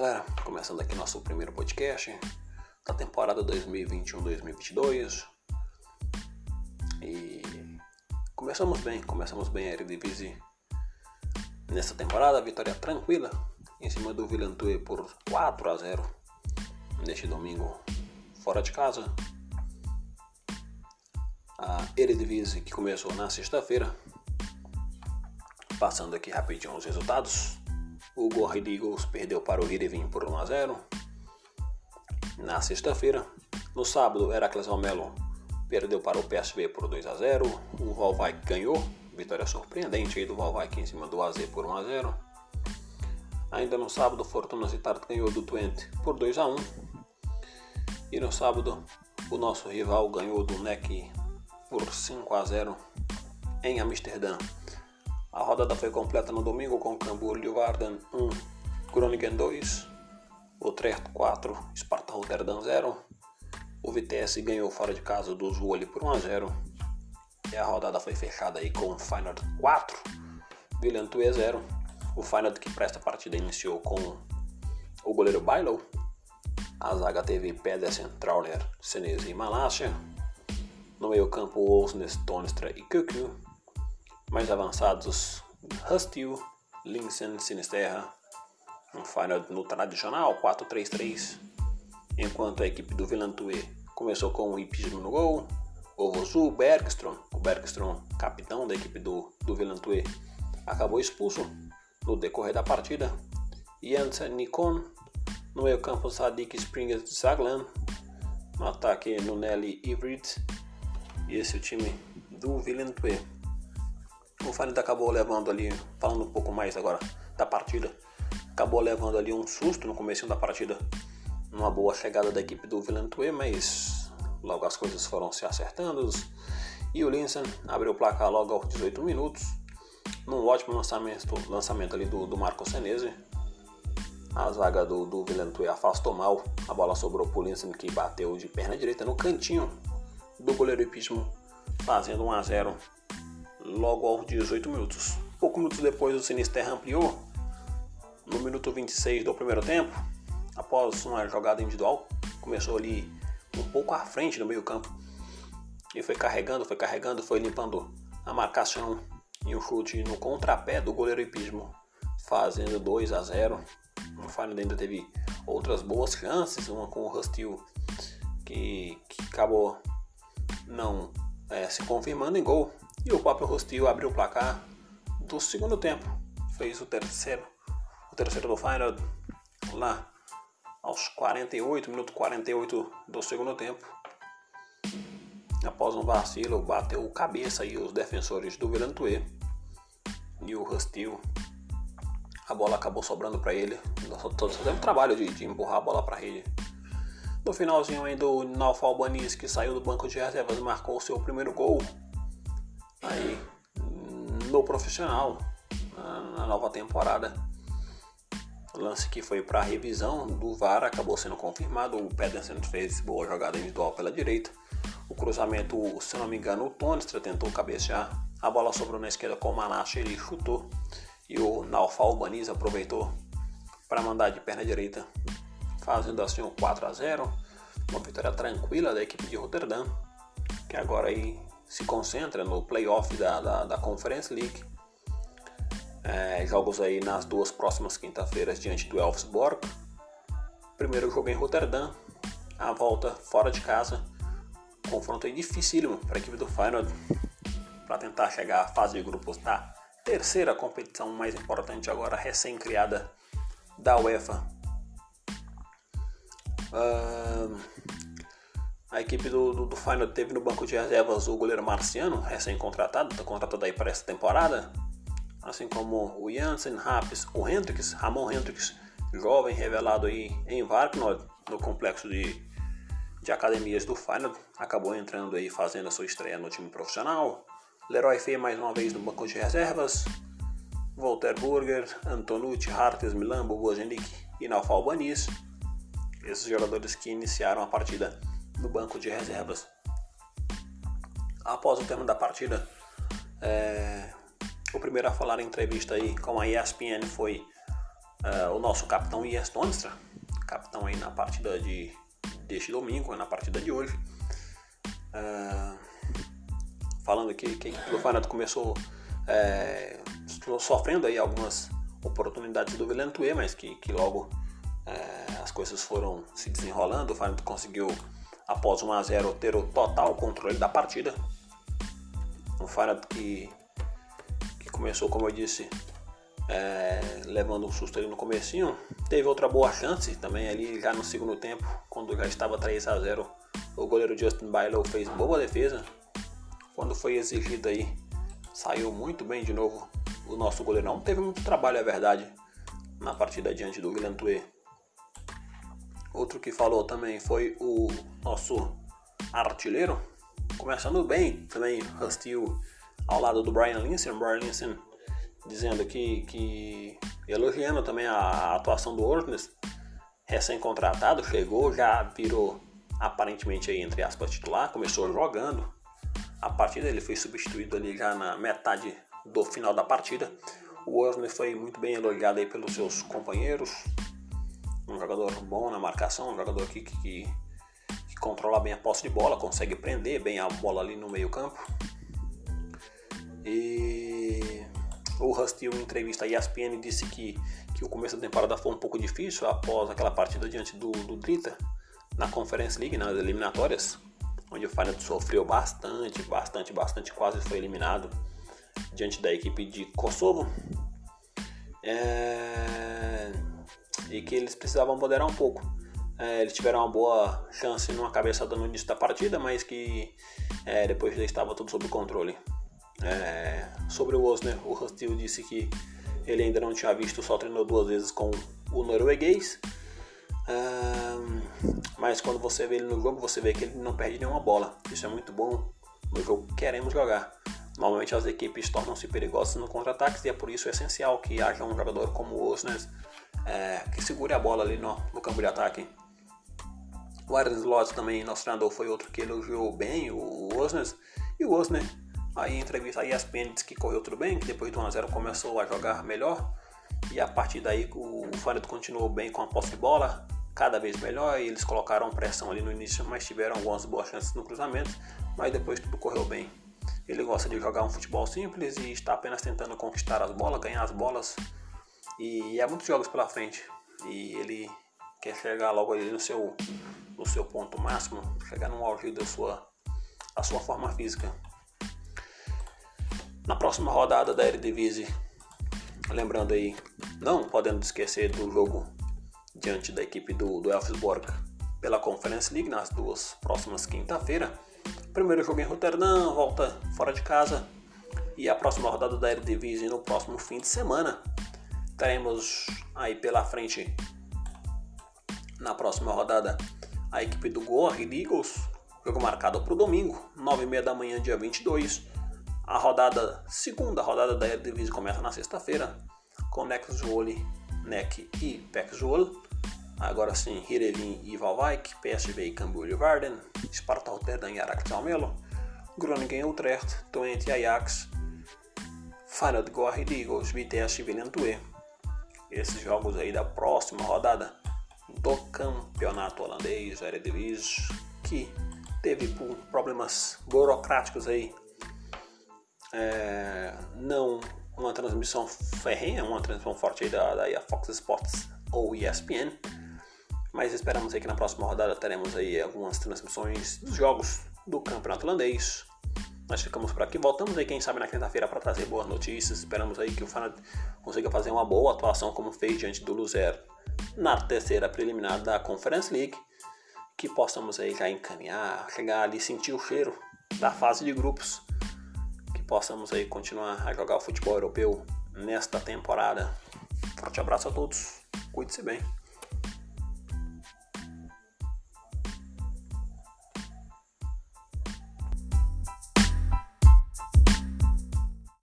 galera, começando aqui nosso primeiro podcast da temporada 2021-2022 e começamos bem a Eredivisie nessa temporada, vitória tranquila em cima do Villeneuve por 4-0 neste domingo fora de casa. A Eredivisie que começou na sexta-feira, passando aqui rapidinho os resultados. O Go Ahead Eagles perdeu para o Heerenveen por 1-0 na sexta-feira. No sábado, Heracles Almelo perdeu para o PSV por 2-0. O Waalwijk ganhou, vitória surpreendente aí do Waalwijk em cima do AZ por 1-0. Ainda no sábado, Fortuna Sittard ganhou do Twente por 2-1. E no sábado, o nosso rival ganhou do NEC por 5-0 em Amsterdã. A rodada foi completa no domingo com Cambuur Leeuwarden 1, Groningen 2, Utrecht 4, Sparta Rotterdam 0. O Vitesse ganhou fora de casa do Zwolle por 1-0. E a rodada foi fechada aí com o Feyenoord 4, Villeneuve 0. O Feyenoord que presta partida iniciou com o goleiro Bijlow. A zaga teve Pedersen, Trauner, Senesi e Malacia. No meio campo, Osnes, Toonstra e Kökü. Mais avançados, Hustil, Linssen, Sinisterra. Um Feyenoord no tradicional 4-3-3. Enquanto a equipe do Villeneuve começou com o Hipismo no gol. O Vozu, Bergström, capitão da equipe do Villeneuve, acabou expulso no decorrer da partida. Jens Nikon. No meio campo, Sadik Springer Zaglan. No ataque, Nunelli Ivrit. E esse é o time do Villeneuve. O Feyenoord acabou levando ali, falando um pouco mais agora da partida, acabou levando ali um susto no começo da partida, numa boa chegada da equipe do Villeneuve, mas logo as coisas foram se acertando e o Linssen abriu o placar logo aos 18 minutos, num ótimo lançamento ali do Marco Senesi. A zaga do Villeneuve afastou mal, a bola sobrou para o Linssen, que bateu de perna direita no cantinho do goleiro Hipismo, fazendo 1-0 logo aos 18 minutos. Poucos minutos depois, o Sinisterra ampliou no minuto 26 do primeiro tempo, após uma jogada individual. Começou ali um pouco à frente no meio campo e foi carregando, foi limpando a marcação e um chute no contrapé do goleiro Hipismo, fazendo 2-0. O Feyenoord ainda teve outras boas chances, uma com o Hustil que acabou não se confirmando em gol. E o próprio Hustil abriu o placar do segundo tempo. Fez o terceiro do Feyenoord lá aos 48, minuto 48 do segundo tempo. Após um vacilo, bateu cabeça aí os defensores do Villeneuve. E o Hustil, a bola acabou sobrando para ele. Só teve o trabalho de empurrar a bola para a rede. No finalzinho ainda, o Naufal Albanese, que saiu do banco de reservas, marcou o seu primeiro gol aí no profissional, na nova temporada. O lance que foi para a revisão do VAR acabou sendo confirmado. O Pedersen fez boa jogada individual pela direita. O cruzamento, se não me engano, o Toonstra tentou cabecear. A bola sobrou na esquerda com o Malacia, ele chutou. E o Naufal Albanese aproveitou para mandar de perna direita, fazendo assim um 4-0. Uma vitória tranquila da equipe de Rotterdam, que agora aí se concentra no playoff da Conference League. Jogos aí nas duas próximas quinta-feiras diante do Elfsborg. Primeiro jogo em Rotterdam, a volta fora de casa. Confronto aí dificílimo para a equipe do Feyenoord para tentar chegar à fase de grupos da terceira competição mais importante agora recém-criada da UEFA. A equipe do Feyenoord teve no banco de reservas o goleiro Marciano, recém-contratado, está contratado aí para essa temporada, assim como o Jansen, Rapes, o Ramon Hendricks, jovem revelado aí em Varknoll, no complexo de academias do Feyenoord, acabou entrando aí fazendo a sua estreia no time profissional. Leroy Fer mais uma vez no banco de reservas, Walter Burger, Antonucci, Hartes, Milambo, Bojanic e Naufal Albanese, esses jogadores que iniciaram a partida no banco de reservas. Após o término da partida, o primeiro a falar em entrevista aí com a ESPN foi o nosso capitão Ian Toonstra, capitão aí na partida deste domingo, na partida de hoje. Falando que o Feyenoord começou sofrendo aí algumas oportunidades do Willem II, mas que logo as coisas foram se desenrolando. O Feyenoord conseguiu, após 1-0, ter o total controle da partida. O Feyenoord que começou, como eu disse, levando um susto ali no comecinho, teve outra boa chance também ali já no segundo tempo, quando já estava 3-0, o goleiro Justin Bailo fez boa defesa. Quando foi exigido aí, saiu muito bem de novo o nosso goleirão. Teve muito trabalho, é verdade, na partida diante do Willem II. Outro que falou também foi o nosso artilheiro, começando bem também, Rustil ao lado do Brian Linssen. Brian Linssen dizendo que elogiando também a atuação do Orsnes, recém-contratado, chegou, já virou aparentemente aí, entre aspas, titular, começou jogando a partida, ele foi substituído ali já na metade do final da partida. O Orsnes foi muito bem elogiado aí pelos seus companheiros, um jogador bom na marcação, um jogador que controla bem a posse de bola, consegue prender bem a bola ali no meio campo. E o Rustil, em entrevista à ESPN, disse que o começo da temporada foi um pouco difícil após aquela partida diante do Drita na Conference League, nas eliminatórias, onde o Feyenoord sofreu bastante, quase foi eliminado diante da equipe de Kosovo. E que eles precisavam moderar um pouco. Eles tiveram uma boa chance numa cabeçada no início da partida, mas que depois já estava tudo sob controle. Sobre o Osner, o Rustil disse que ele ainda não tinha visto, só treinou 2 vezes com o norueguês. Mas quando você vê ele no jogo, você vê que ele não perde nenhuma bola. Isso é muito bom no jogo que queremos jogar. Normalmente as equipes tornam-se perigosas no contra-ataques e é por isso essencial que haja um jogador como o Osner que segure a bola ali no campo de ataque. O Arne Slot também, nosso treinador, foi outro que elogiou bem o Osner. E o Osner, aí em entrevista à ESPN, disse que correu tudo bem, que depois do 1-0 começou a jogar melhor. E a partir daí o Feyenoord continuou bem com a posse de bola, cada vez melhor, e eles colocaram pressão ali no início, mas tiveram algumas boas chances no cruzamento, mas depois tudo correu bem. Ele gosta de jogar um futebol simples e está apenas tentando conquistar as bolas, ganhar as bolas, e há muitos jogos pela frente, e ele quer chegar logo ali no seu ponto máximo, chegar no auge da sua forma física. Na próxima rodada da Eredivisie, lembrando aí, não podendo esquecer do jogo diante da equipe do Elfsborg pela Conference League nas 2 próximas quinta-feira. Primeiro jogo em Roterdã, volta fora de casa, e a próxima rodada da Eredivisie no próximo fim de semana. Teremos aí pela frente, na próxima rodada, a equipe do Go Ahead Eagles, jogo marcado para o domingo, 9h30 da manhã, dia 22. A segunda rodada da Eredivisie começa na sexta-feira, com Nek Zwolle, Nek e PEC Zwolle. Agora sim, Heerenveen e Waalwijk, PSV e Cambuur Leeuwarden, Sparta Rotterdam e Heracles Almelo, Groningen e Utrecht, Twente e Ajax, Feyenoord, Go Ahead Eagles, Vitesse e Willem II. Esses jogos aí da próxima rodada do campeonato holandês, Eredivisie, que teve problemas burocráticos aí, não uma transmissão ferrenha, uma transmissão forte aí da Fox Sports ou ESPN, mas esperamos aí que na próxima rodada teremos aí algumas transmissões dos jogos do campeonato holandês. Nós ficamos por aqui, voltamos aí quem sabe na quinta-feira para trazer boas notícias. Esperamos aí que o Feyenoord consiga fazer uma boa atuação como fez diante do Luzern na terceira preliminar da Conference League, que possamos aí já encaminhar, chegar ali, sentir o cheiro da fase de grupos, que possamos aí continuar a jogar o futebol europeu nesta temporada. Forte abraço a todos, cuide-se bem.